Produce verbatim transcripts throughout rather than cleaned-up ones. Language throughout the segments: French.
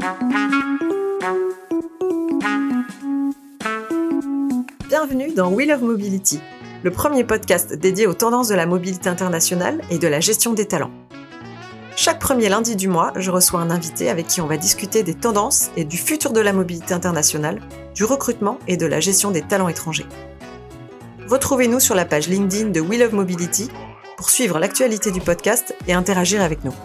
Bienvenue dans Wheel of Mobility, le premier podcast dédié aux tendances de la mobilité internationale et de la gestion des talents. Chaque premier lundi du mois, je reçois un invité avec qui on va discuter des tendances et du futur de la mobilité internationale, du recrutement et de la gestion des talents étrangers. Retrouvez-nous sur la page LinkedIn de Wheel of Mobility pour suivre l'actualité du podcast et interagir avec nous.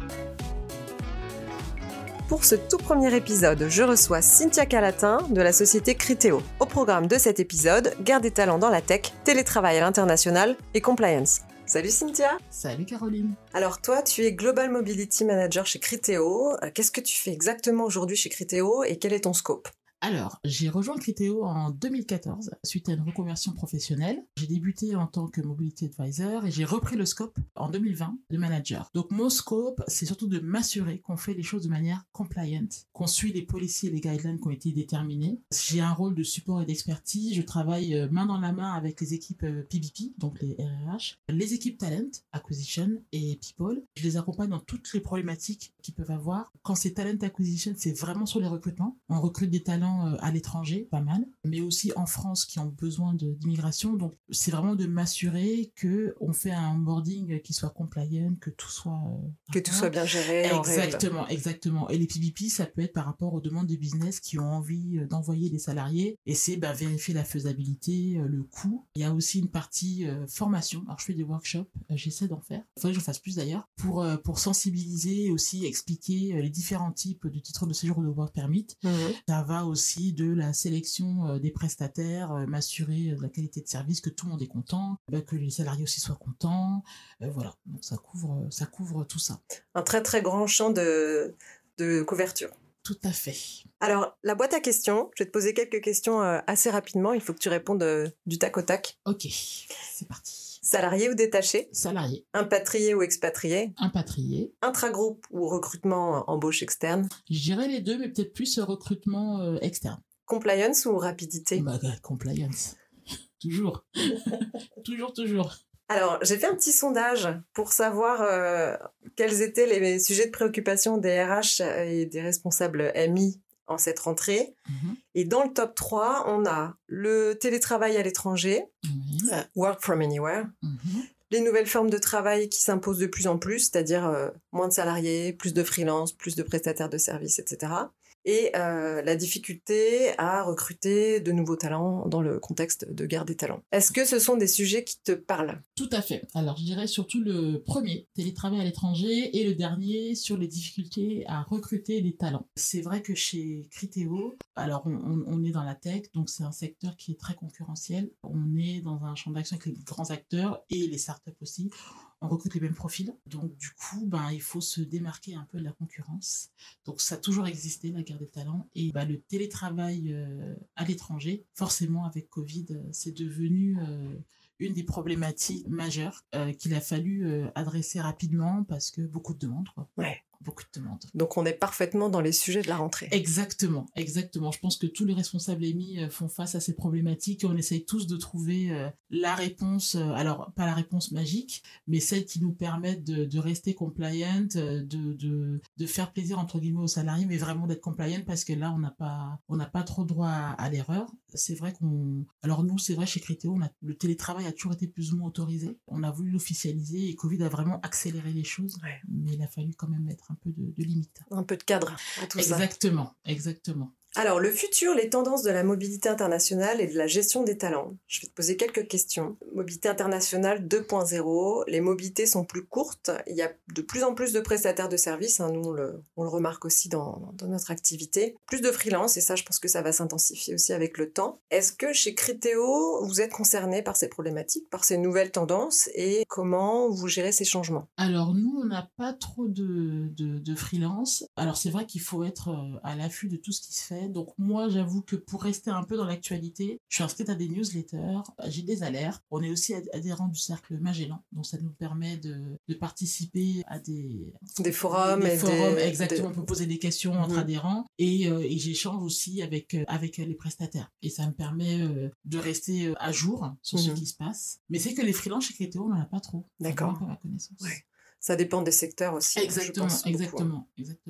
Pour ce tout premier épisode, je reçois Cynthia Calatin de la société Criteo. Au programme de cet épisode, guerre des talents dans la tech, télétravail à l'international et compliance. Salut Cynthia. Salut Caroline. Alors toi, tu es Global Mobility Manager chez Criteo. Qu'est-ce que tu fais exactement aujourd'hui chez Criteo et quel est ton scope ? Alors, j'ai rejoint Criteo en deux mille quatorze suite à une reconversion professionnelle. J'ai débuté en tant que Mobility Advisor et j'ai repris le scope en deux mille vingt de manager. Donc mon scope, c'est surtout de m'assurer qu'on fait les choses de manière compliant, qu'on suit les policies et les guidelines qui ont été déterminés. J'ai un rôle de support et d'expertise. Je travaille main dans la main avec les équipes P V P, donc les R R H, les équipes Talent, Acquisition et People. Je les accompagne dans toutes les problématiques qu'ils peuvent avoir. Quand c'est Talent Acquisition, c'est vraiment sur les recrutements. On recrute des talents à l'étranger, pas mal, mais aussi en France qui ont besoin de, d'immigration. Donc, c'est vraiment de m'assurer qu'on fait un onboarding qui soit compliant, que tout soit... Euh, que tout soit bien géré. Exactement, en règle. exactement. Et les P V P, ça peut être par rapport aux demandes des business qui ont envie d'envoyer des salariés. Et c'est bah, vérifier la faisabilité, le coût. Il y a aussi une partie euh, formation. Alors, je fais des workshops, euh, j'essaie d'en faire. Il faudrait que j'en fasse plus d'ailleurs, pour, euh, pour sensibiliser et aussi expliquer les différents types de titres de séjour ou de work permit. Mmh. Ça va aussi aussi de la sélection euh, des prestataires, euh, m'assurer de la qualité de service, que tout le monde est content, bah, que les salariés aussi soient contents, euh, voilà, donc ça couvre, ça couvre tout ça. Un très très grand champ de, de couverture. Tout à fait. Alors, la boîte à questions, je vais te poser quelques questions euh, assez rapidement, il faut que tu répondes euh, du tac au tac. Ok, c'est parti. Salarié ou détaché ? Salarié. Impatrié ou expatrié ? Impatrié. Intragroupe ou recrutement, euh, embauche externe ? Je dirais les deux, mais peut-être plus recrutement euh, externe. Compliance ou rapidité ? Bah, compliance. toujours. toujours, toujours. Alors, j'ai fait un petit sondage pour savoir euh, quels étaient les sujets de préoccupation des R H et des responsables M I en cette rentrée. Mmh. Et dans le top trois, on a le télétravail à l'étranger, mmh. euh, work from anywhere, mmh. les nouvelles formes de travail qui s'imposent de plus en plus, c'est-à-dire euh, moins de salariés, plus de freelance, plus de prestataires de services, et cetera. Et euh, la difficulté à recruter de nouveaux talents dans le contexte de guerre des talents. Est-ce que ce sont des sujets qui te parlent ? Tout à fait. Alors, je dirais surtout le premier, télétravail à l'étranger, et le dernier sur les difficultés à recruter des talents. C'est vrai que chez Criteo, alors on, on, on est dans la tech, donc c'est un secteur qui est très concurrentiel. On est dans un champ d'action avec les grands acteurs et les startups aussi. On recrute les mêmes profils. Donc, du coup, ben, il faut se démarquer un peu de la concurrence. Donc, ça a toujours existé, la guerre des talents. Et ben, le télétravail euh, à l'étranger, forcément, avec Covid, euh, c'est devenu euh, une des problématiques majeures euh, qu'il a fallu euh, adresser rapidement parce que beaucoup de demandes, quoi. Ouais. Beaucoup de demandes. Donc, on est parfaitement dans les sujets de la rentrée. Exactement, exactement. Je pense que tous les responsables M I font face à ces problématiques et on essaye tous de trouver euh, la réponse, euh, alors pas la réponse magique, mais celle qui nous permette de, de rester compliant, de, de, de faire plaisir entre guillemets aux salariés, mais vraiment d'être compliant parce que là, on n'a pas, on n'a pas trop droit à, à l'erreur. C'est vrai qu'on... Alors nous, c'est vrai, chez Criteo, on a... le télétravail a toujours été plus ou moins autorisé. On a voulu l'officialiser et Covid a vraiment accéléré les choses, ouais. Mais il a fallu quand même mettre un peu de, de limite. Un peu de cadre à tout ça. Exactement, exactement. Alors, le futur, les tendances de la mobilité internationale et de la gestion des talents. Je vais te poser quelques questions. Mobilité internationale deux point zéro, les mobilités sont plus courtes. Il y a de plus en plus de prestataires de services. Hein, nous, on le, on le remarque aussi dans, dans notre activité. Plus de freelance, et ça, je pense que ça va s'intensifier aussi avec le temps. Est-ce que chez Criteo, vous êtes concerné par ces problématiques, par ces nouvelles tendances, et comment vous gérez ces changements ? Alors, nous, on n'a pas trop de, de, de freelance. Alors, c'est vrai qu'il faut être à l'affût de tout ce qui se fait. Donc moi, j'avoue que pour rester un peu dans l'actualité, je suis inscrite à des newsletters, j'ai des alertes. On est aussi adhérent du cercle Magellan, donc ça nous permet de, de participer à des... Des forums. Des et forums, des, exactement. des... On peut poser des questions mmh. entre adhérents et, euh, et j'échange aussi avec, avec les prestataires. Et ça me permet euh, de rester à jour sur mmh. ce qui se passe. Mais c'est que les freelances chez Criteo, on n'en a pas trop. D'accord. Pas ma connaissance. Ouais. Ça dépend des secteurs aussi. Exactement, je pense, exactement, exactement.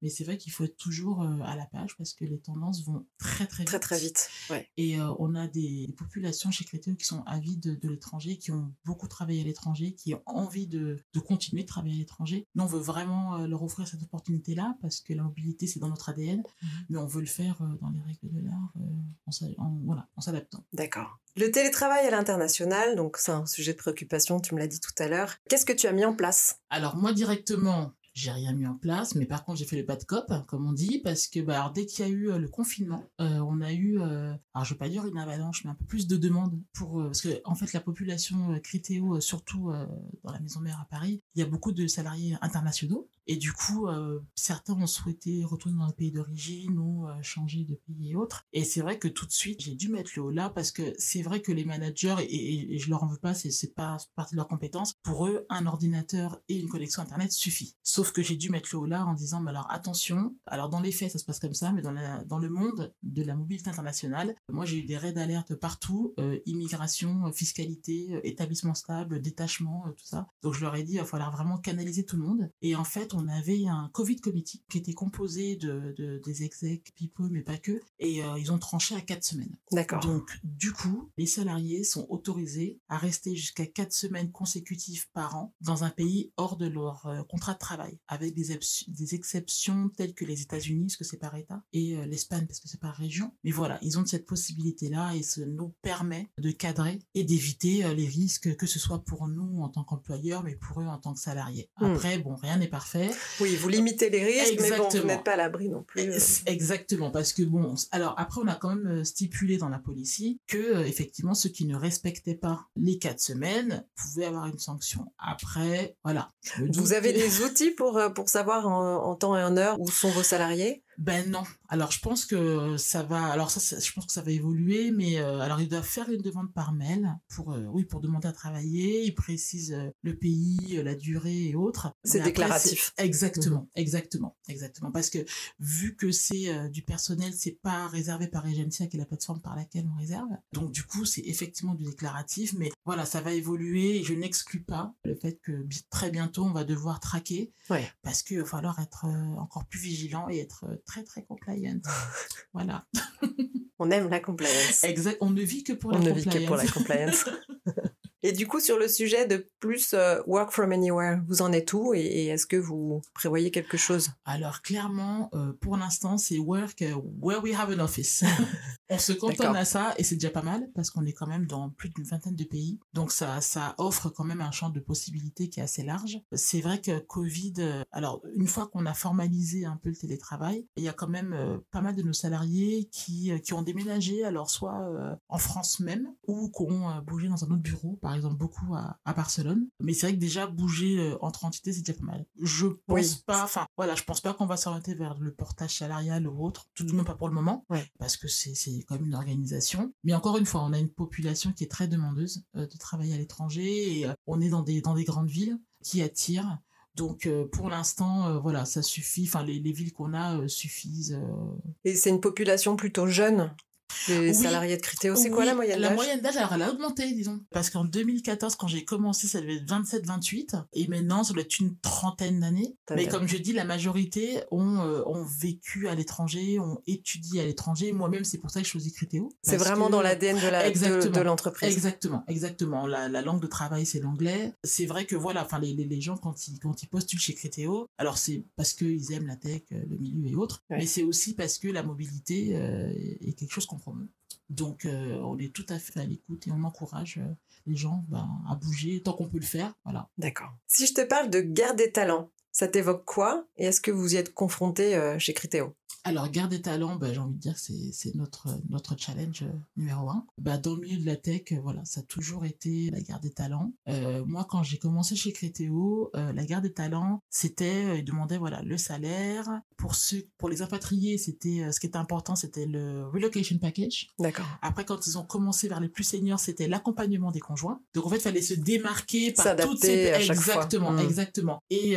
Mais c'est vrai qu'il faut être toujours euh, à la page parce que les tendances vont très très vite. Très très vite, ouais. Et euh, on a des, des populations chez Criteo qui sont avides de, de l'étranger, qui ont beaucoup travaillé à l'étranger, qui ont envie de, de continuer de travailler à l'étranger. Nous, on veut vraiment euh, leur offrir cette opportunité-là parce que la mobilité, c'est dans notre A D N, mmh. mais on veut le faire euh, dans les règles de l'art, euh, en, en, voilà, en s'adaptant. D'accord. Le télétravail à l'international, donc c'est un sujet de préoccupation, tu me l'as dit tout à l'heure. Qu'est-ce que tu as mis en place ? Alors moi directement, j'ai rien mis en place, mais par contre j'ai fait le pas de cop, comme on dit, parce que bah, alors, dès qu'il y a eu euh, le confinement, euh, on a eu, euh, alors je vais pas dire une avalanche, mais un peu plus de demandes pour, euh, parce que en fait la population euh, Criteo, euh, surtout euh, dans la maison mère à Paris, il y a beaucoup de salariés internationaux. Et du coup, euh, certains ont souhaité retourner dans le pays d'origine ou euh, changer de pays et autres. Et c'est vrai que tout de suite, j'ai dû mettre le haut là parce que c'est vrai que les managers, et, et, et je leur en veux pas, c'est, c'est pas partie de leurs compétences, pour eux, un ordinateur et une connexion Internet suffit. Sauf que j'ai dû mettre le haut là en disant, mais alors attention, alors dans les faits, ça se passe comme ça, mais dans, la, dans le monde de la mobilité internationale, moi j'ai eu des raids d'alerte partout, euh, immigration, fiscalité, euh, établissement stable, détachement, euh, tout ça. Donc je leur ai dit, il va falloir vraiment canaliser tout le monde. Et en fait, on avait un Covid Committee qui était composé de, de des execs, people, mais pas que, et euh, ils ont tranché à quatre semaines. D'accord. Donc, du coup, les salariés sont autorisés à rester jusqu'à quatre semaines consécutives par an dans un pays hors de leur euh, contrat de travail, avec des, ex- des exceptions telles que les États-Unis, parce que c'est par État, et euh, l'Espagne, parce que c'est par région. Mais voilà, ils ont cette possibilité-là et ça nous permet de cadrer et d'éviter euh, les risques, que ce soit pour nous en tant qu'employeurs, mais pour eux en tant que salariés. Après, mmh. bon, rien n'est parfait. Oui, vous limitez les risques, Exactement. mais bon, vous n'êtes pas à l'abri non plus. Euh... Exactement, parce que bon, alors après on a quand même stipulé dans la policy que euh, effectivement ceux qui ne respectaient pas les quatre semaines pouvaient avoir une sanction. Après, voilà. Vous avez des outils pour pour savoir en, en temps et en heure où sont vos salariés ? Ben non. Alors je pense que ça va. Alors ça, ça je pense que ça va évoluer, mais euh, alors ils doivent faire une demande par mail pour, euh, oui, pour demander à travailler. Ils précisent euh, le pays, euh, la durée et autres. C'est mais déclaratif. Après, c'est... Exactement, mmh. exactement, exactement. Parce que vu que c'est euh, du personnel, c'est pas réservé par Egencia, qui est la plateforme par laquelle on réserve. Donc du coup, c'est effectivement du déclaratif, mais voilà, ça va évoluer. Et je n'exclus pas le fait que bi- très bientôt on va devoir traquer, ouais. parce qu'il va falloir être euh, encore plus vigilant et être euh, très très compliant. Voilà. On aime la compliance. Exact. On ne vit que pour On la ne compliance. vit que pour la compliance. Et du coup, sur le sujet de plus euh, work from anywhere, vous en êtes où et, et est-ce que vous prévoyez quelque chose ? Alors clairement, euh, pour l'instant, c'est work uh, where we have an office. On se cantonne D'accord. à ça et c'est déjà pas mal parce qu'on est quand même dans plus d'une vingtaine de pays. Donc ça, ça offre quand même un champ de possibilités qui est assez large. C'est vrai que Covid, euh, alors une fois qu'on a formalisé un peu le télétravail, il y a quand même euh, pas mal de nos salariés qui, euh, qui ont déménagé, alors soit euh, en France même ou qui ont euh, bougé dans un autre bureau, par exemple beaucoup à, à Barcelone. Mais c'est vrai que déjà bouger euh, entre entités, c'est déjà pas mal. Je pense oui. pas, enfin voilà, je pense pas qu'on va s'orienter vers le portage salarial ou autre, tout de même pas pour le moment, ouais. parce que c'est, c'est quand même une organisation. Mais encore une fois, on a une population qui est très demandeuse euh, de travailler à l'étranger et euh, on est dans des, dans des grandes villes qui attirent. Donc euh, pour l'instant, euh, voilà, ça suffit. Enfin, les, les villes qu'on a euh, suffisent. Euh... Et c'est une population plutôt jeune. Les oui. salariés de Criteo, c'est oui, quoi la moyenne d'âge ? La moyenne d'âge, alors elle a augmenté, disons. Parce qu'en deux mille quatorze, quand j'ai commencé, ça devait être vingt-sept vingt-huit. Et maintenant, ça doit être une trentaine d'années. T'as Mais bien. Comme je dis, la majorité ont, euh, ont vécu à l'étranger, ont étudié à l'étranger. Moi-même, c'est pour ça que je choisis Criteo. C'est vraiment que... dans l'A D N de, la, de, de l'entreprise. Exactement, exactement. La, la langue de travail, c'est l'anglais. C'est vrai que voilà, enfin, les, les, les gens, quand ils, quand ils postulent chez Criteo, alors c'est parce qu'ils aiment la tech, le milieu et autres. Ouais. Mais c'est aussi parce que la mobilité euh, est quelque chose qu'on promeut. Donc, euh, on est tout à fait à l'écoute et on encourage euh, les gens ben, à bouger tant qu'on peut le faire. Voilà. D'accord. Si je te parle de guerre des talents, ça t'évoque quoi ? Et est-ce que vous y êtes confronté euh, chez Criteo ? Alors, guerre des talents, bah, j'ai envie de dire que c'est, c'est notre, notre challenge euh, numéro un. Bah, dans le milieu de la tech, euh, voilà, ça a toujours été la guerre des talents. Euh, moi, quand j'ai commencé chez Criteo, euh, la guerre des talents, c'était, euh, ils demandaient voilà, le salaire. Pour ceux, pour les impatriés, c'était, euh, ce qui était important, c'était le relocation package. D'accord. Après, quand ils ont commencé vers les plus seniors, c'était l'accompagnement des conjoints. Donc, en fait, il fallait se démarquer par S'adapter toutes ces... à chaque exactement, fois. Exactement. Et euh, le,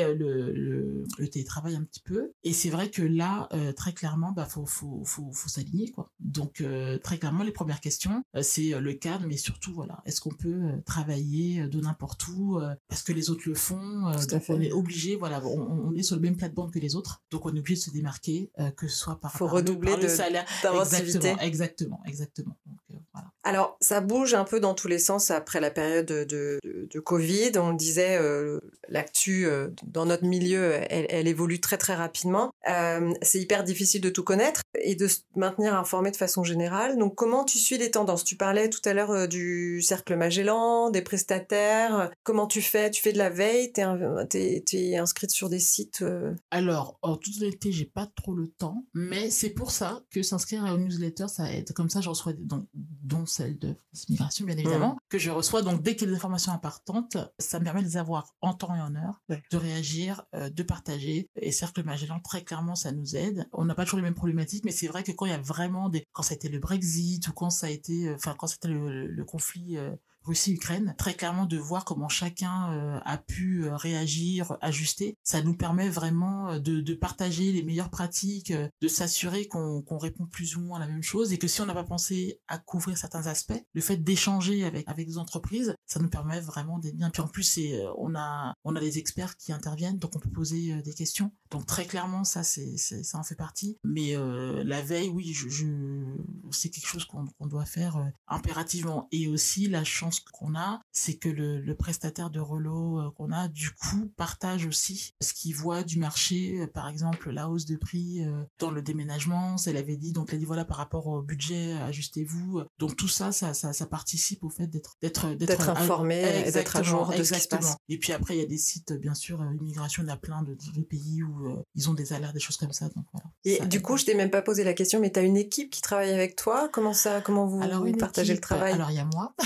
le, le, le télétravail un petit peu. Et c'est vrai que là, euh, très clairement, bah, faut, faut, faut, faut s'aligner, quoi. Donc, euh, très clairement, les premières questions, euh, c'est le cadre, mais surtout, voilà, est-ce qu'on peut euh, travailler de n'importe où euh, parce que les autres le font, euh, donc on est obligé, voilà, on, on est sur le même plate-bande que les autres, donc on est obligé de se démarquer, euh, que ce soit par, faut par, redoubler par de, le salaire. d'inventivité. Exactement, exactement, exactement. Donc, euh, voilà. Alors, ça bouge un peu dans tous les sens après la période de, de, de Covid. On le disait, euh, l'actu euh, dans notre milieu, elle, elle évolue très très rapidement. Euh, c'est hyper difficile de tout connaître et de se maintenir informé de façon générale. Donc, comment tu suis les tendances ? Tu parlais tout à l'heure euh, du Cercle Magellan, des prestataires. Comment tu fais ? Tu fais de la veille ? T'es, t'es, t'es inscrite sur des sites euh... Alors, en toute honnêteté, j'ai pas trop le temps, mais c'est pour ça que s'inscrire à une newsletter, ça aide. Comme ça, je reçois des, donc, dont celle de France Migration, bien évidemment, mmh. que je reçois. Donc, dès qu'il y a des informations importantes, ça me permet de les avoir en temps et en heure, ouais. de réagir, euh, de partager. Et Cercle Magellan, très clairement, ça nous aide. On n'a pas toujours les mêmes problématiques, mais c'est vrai que quand il y a vraiment des... Quand ça a été le Brexit ou quand ça a été... Enfin, euh, quand c'était le, le, le conflit... Euh, Russie-Ukraine, très clairement de voir comment chacun euh, a pu euh, réagir, ajuster. Ça nous permet vraiment de, de partager les meilleures pratiques, euh, de s'assurer qu'on, qu'on répond plus ou moins à la même chose et que si on n'a pas pensé à couvrir certains aspects, le fait d'échanger avec avec des entreprises, ça nous permet vraiment d'être bien. Puis en plus, c'est, euh, on a on a des experts qui interviennent, donc on peut poser euh, des questions. Donc très clairement, ça c'est, c'est ça en fait partie. Mais euh, la veille, oui, je, je c'est quelque chose qu'on, qu'on doit faire euh, impérativement. Et aussi la chance qu'on a, c'est que le, le prestataire de relot euh, qu'on a, du coup, partage aussi ce qu'il voit du marché, euh, par exemple la hausse de prix euh, dans le déménagement, ça l'avait dit, donc elle dit voilà par rapport au budget, ajustez-vous. Donc tout ça, ça, ça, ça participe au fait d'être d'être d'être, d'être informé à, et d'être à jour de exactement. ce qui se passe. Et puis après, il y a des sites, bien sûr, euh, immigration, il y a plein de, de pays où euh, ils ont des alertes, des choses comme ça. Donc voilà. Et ça du coup, je t'ai même pas posé la question, mais tu as une équipe qui travaille avec toi. Comment ça, comment vous, alors, vous partagez équipe, le travail ? Alors il y a moi.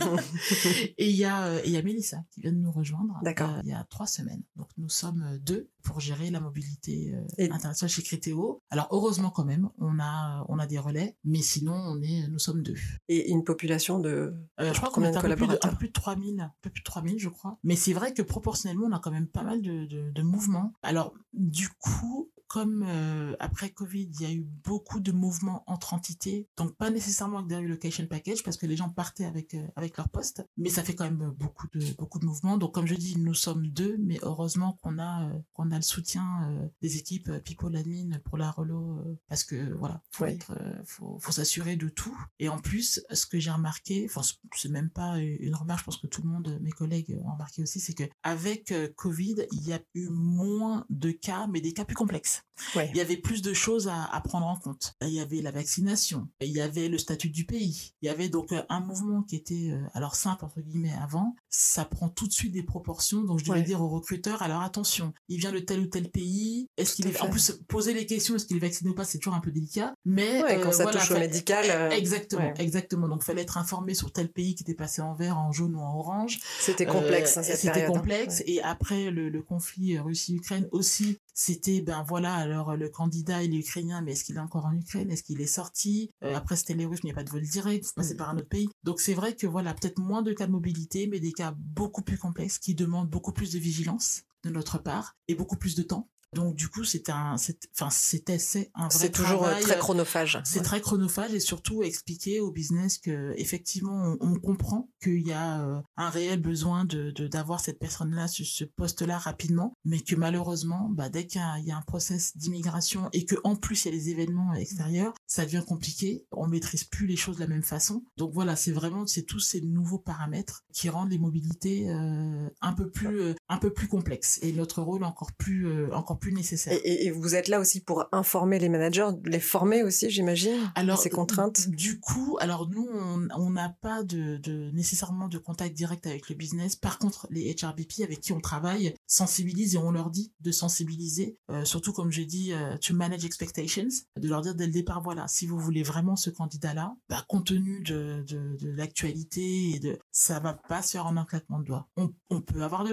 Et il y a euh, et il y a Mélissa qui vient de nous rejoindre. D'accord. Euh, il y a trois semaines. Donc nous sommes deux pour gérer la mobilité euh, et... internationale chez Criteo. Alors heureusement quand même, on a on a des relais, mais sinon on est nous sommes deux. Et une population de euh, je crois qu'on est un peu plus de, un peu plus de trois mille, un peu plus de trois mille je crois. Mais c'est vrai que proportionnellement on a quand même pas mal de de, de mouvements. Alors du coup, comme euh, après Covid, il y a eu beaucoup de mouvements entre entités, donc pas nécessairement avec des relocation package parce que les gens partaient avec euh, avec leur poste, mais ça fait quand même beaucoup de beaucoup de mouvements. Donc comme je dis, nous sommes deux, mais heureusement qu'on a euh, qu'on a le soutien euh, des équipes euh, people admin pour la relo euh, parce que voilà, faut oui. être, euh, faut faut s'assurer de tout. Et en plus, ce que j'ai remarqué, enfin c'est même pas une remarque, je pense que tout le monde, mes collègues ont remarqué aussi, c'est que avec euh, Covid, il y a eu moins de cas, mais des cas plus complexes. Ouais. Il y avait plus de choses à, à prendre en compte. Il y avait la vaccination, il y avait le statut du pays, il y avait donc un mouvement qui était euh, alors simple entre guillemets avant, ça prend tout de suite des proportions. Donc je devais ouais. dire aux recruteurs, alors attention, il vient de tel ou tel pays, est-ce qu'il est en plus poser les questions, est-ce qu'il est vacciné ou pas, c'est toujours un peu délicat. Mais ouais, quand euh, ça voilà, touche au médical, euh... exactement, ouais. exactement. Donc fallait être informé sur tel pays qui était passé en vert, en jaune ou en orange. C'était complexe. Euh, hein, cette c'était période, complexe. hein. Et après le, le conflit Russie-Ukraine aussi. C'était, ben voilà, alors le candidat, il est ukrainien, mais est-ce qu'il est encore en Ukraine ? Est-ce qu'il est sorti ? euh, Après, c'était les Russes, mais il n'y a pas de vol direct, faut passer mmh. par un autre pays. Donc, c'est vrai que voilà, peut-être moins de cas de mobilité, mais des cas beaucoup plus complexes qui demandent beaucoup plus de vigilance de notre part et beaucoup plus de temps. Donc du coup c'est un c'est enfin c'était c'est un vrai c'est toujours travail, très chronophage c'est ouais. très chronophage et surtout expliquer au business que effectivement on, on comprend qu'il y a euh, un réel besoin de, de d'avoir cette personne là sur ce poste là rapidement, mais que malheureusement bah dès qu'il y a, il y a un process d'immigration et que en plus il y a des événements extérieurs, ça devient compliqué, on maîtrise plus les choses de la même façon. Donc voilà, c'est vraiment c'est tous ces nouveaux paramètres qui rendent les mobilités euh, un peu plus euh, un peu plus complexes et notre rôle encore plus euh, encore plus plus nécessaire. Et, et vous êtes là aussi pour informer les managers, les former aussi, j'imagine, alors, ces contraintes. Du coup, alors nous, on n'a pas de, de nécessairement de contact direct avec le business. Par contre, les H R B P avec qui on travaille sensibilisent et on leur dit de sensibiliser, euh, surtout comme j'ai dit, euh, to manage expectations, de leur dire dès le départ, voilà, si vous voulez vraiment ce candidat-là, bah, compte tenu de, de, de l'actualité et de, ça va pas se faire en un claquement de doigts. On, on peut avoir de la chance,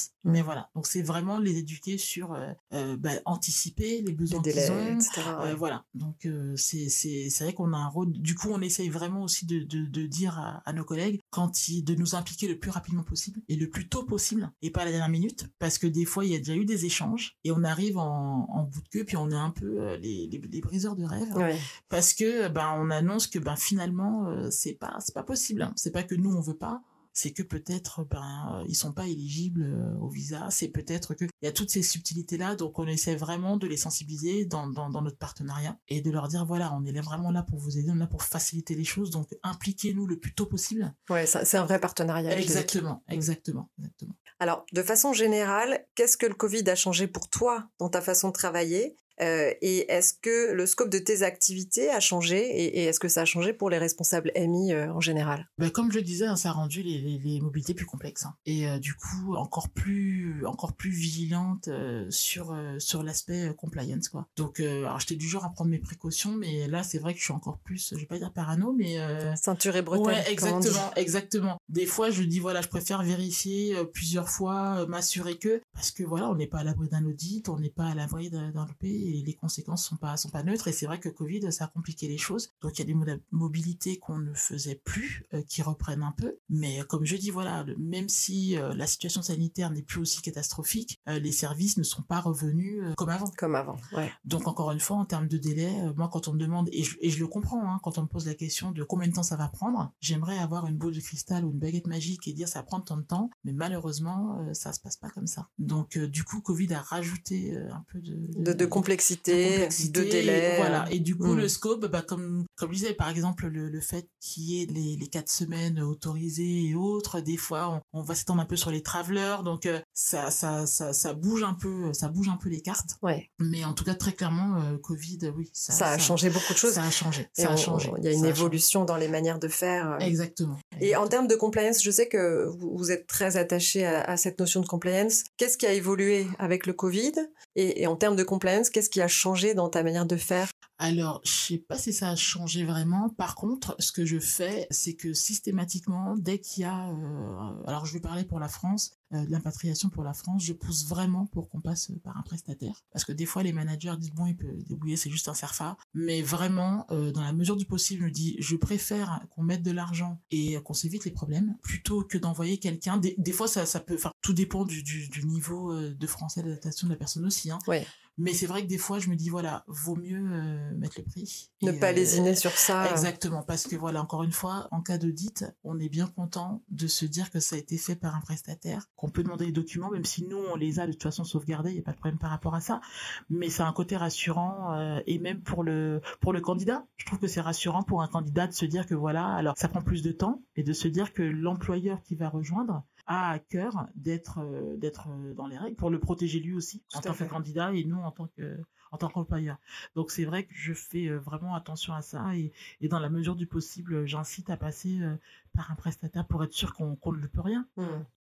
service. Mmh. Mais voilà, donc c'est vraiment les éduquer sur euh, euh, bah, anticiper les besoins les délais, qu'ils ont. et cetera. Euh, ouais. Voilà, donc euh, c'est, c'est, c'est vrai qu'on a un rôle. Du coup, on essaye vraiment aussi de, de, de dire à, à nos collègues quand ils, de nous impliquer le plus rapidement possible et le plus tôt possible et pas à la dernière minute, parce que des fois, il y a déjà eu des échanges et on arrive en, en bout de queue, puis on est un peu euh, les, les, les briseurs de rêve, ouais. Parce que ben, on annonce que ben, finalement, euh, c'est pas, c'est pas possible. Hein. C'est pas que nous, on veut pas. C'est que peut-être ben ils sont pas éligibles au visa, c'est peut-être que il y a toutes ces subtilités là, donc on essaie vraiment de les sensibiliser dans, dans dans notre partenariat et de leur dire voilà, on est vraiment là pour vous aider, on est là pour faciliter les choses, donc impliquez-nous le plus tôt possible. Ouais, ça, c'est un vrai partenariat. Exactement, exactement, exactement. Alors, de façon générale, qu'est-ce que le Covid a changé pour toi dans ta façon de travailler ? Euh, et est-ce que le scope de tes activités a changé et, et est-ce que ça a changé pour les responsables M I euh, en général ? Ben, comme je le disais, hein, ça a rendu les, les, les mobilités plus complexes hein, et euh, du coup encore plus encore plus vigilantes euh, sur euh, sur l'aspect euh, compliance quoi. Donc euh, alors j'étais du genre à prendre mes précautions, mais là c'est vrai que je suis encore plus, je vais pas dire parano, mais euh... ceinture et bretelles. Ouais, exactement, exactement. Des fois je dis voilà, je préfère vérifier euh, plusieurs fois, euh, m'assurer que parce que voilà, on n'est pas à l'abri d'un audit, on n'est pas à l'abri d'un, d'un loupé. Et les conséquences sont pas sont pas neutres et c'est vrai que Covid ça a compliqué les choses, donc il y a des mobilités qu'on ne faisait plus euh, qui reprennent un peu, mais comme je dis voilà, même si euh, la situation sanitaire n'est plus aussi catastrophique, euh, les services ne sont pas revenus euh, comme avant comme avant ouais. Donc encore une fois en termes de délai, euh, moi quand on me demande et je, et je le comprends hein, quand on me pose la question de combien de temps ça va prendre, j'aimerais avoir une boule de cristal ou une baguette magique et dire ça prend tant de temps, mais malheureusement euh, ça se passe pas comme ça. Donc euh, du coup Covid a rajouté euh, un peu de de, de, de complexité De, complexité, de délai. Voilà. Et du coup, mmh. le scope, bah, comme, comme je disais, par exemple, le, le fait qu'il y ait les, les quatre semaines autorisées et autres, des fois, on, on va s'étendre un peu sur les travelers, donc euh, ça, ça, ça, ça bouge un peu, ça bouge un peu les cartes. Ouais. Mais en tout cas, très clairement, euh, Covid, oui. Ça, ça a ça, changé beaucoup de choses. Ça a changé. Ça on, a changé. Il y a une évolution dans les manières de faire. Exactement. Et en termes de compliance, je sais que vous, vous êtes très attaché à, à cette notion de compliance. Qu'est-ce qui a évolué avec le Covid ? Et, et en termes de compliance, qu'est-ce qui a changé dans ta manière de faire ? Alors, je sais pas si ça a changé vraiment. Par contre, ce que je fais, c'est que systématiquement, dès qu'il y a... Euh, alors, je vais parler pour la France, euh, de l'impatriation pour la France, je pousse vraiment pour qu'on passe par un prestataire. Parce que des fois, les managers disent, bon, il peut débrouiller, c'est juste un CERFA. Mais vraiment, euh, dans la mesure du possible, je me dis, je préfère qu'on mette de l'argent et qu'on s'évite les problèmes, plutôt que d'envoyer quelqu'un. Des, des fois, ça, ça peut... Enfin, tout dépend du, du, du niveau de français, d'adaptation de la personne aussi. Hein. Ouais. Mais c'est vrai que des fois, je me dis, voilà, vaut mieux euh, mettre le prix. Ne pas euh, lésiner sur ça. Exactement, parce que voilà, encore une fois, en cas d'audit, on est bien content de se dire que ça a été fait par un prestataire, qu'on peut demander les documents, même si nous, on les a de toute façon sauvegardés, il n'y a pas de problème par rapport à ça. Mais c'est un côté rassurant, euh, et même pour le, pour le candidat, je trouve que c'est rassurant pour un candidat de se dire que voilà, alors ça prend plus de temps, et de se dire que l'employeur qui va rejoindre a à cœur d'être euh, d'être dans les règles pour le protéger lui aussi en tant que candidat et nous en tant que en tant qu'employeur. Donc c'est vrai que je fais euh, vraiment attention à ça et, et dans la mesure du possible, j'incite à passer euh, par un prestataire pour être sûr qu'on qu'on ne peut rien. Mmh.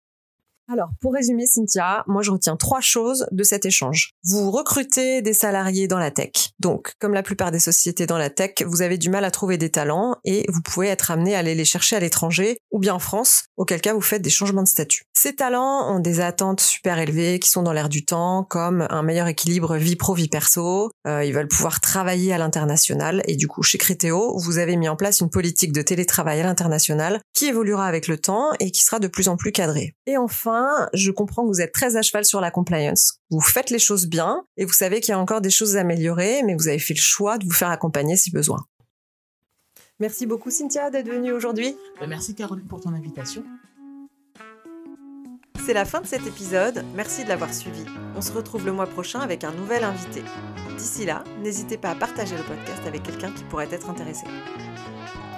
Alors, pour résumer, Cynthia, moi je retiens trois choses de cet échange. Vous recrutez des salariés dans la tech. Donc, comme la plupart des sociétés dans la tech, vous avez du mal à trouver des talents et vous pouvez être amené à aller les chercher à l'étranger ou bien en France, auquel cas vous faites des changements de statut. Ces talents ont des attentes super élevées qui sont dans l'air du temps, comme un meilleur équilibre vie pro-vie perso. Euh, ils veulent pouvoir travailler à l'international et du coup, chez Criteo, vous avez mis en place une politique de télétravail à l'international qui évoluera avec le temps et qui sera de plus en plus cadrée. Et enfin, je comprends que vous êtes très à cheval sur la compliance. Vous faites les choses bien et vous savez qu'il y a encore des choses à améliorer, mais vous avez fait le choix de vous faire accompagner si besoin. Merci beaucoup Cynthia d'être venue aujourd'hui. Merci Caroline pour ton invitation. C'est la fin de cet épisode, merci de l'avoir suivi. On se retrouve le mois prochain avec un nouvel invité. D'ici là, n'hésitez pas à partager le podcast avec quelqu'un qui pourrait être intéressé.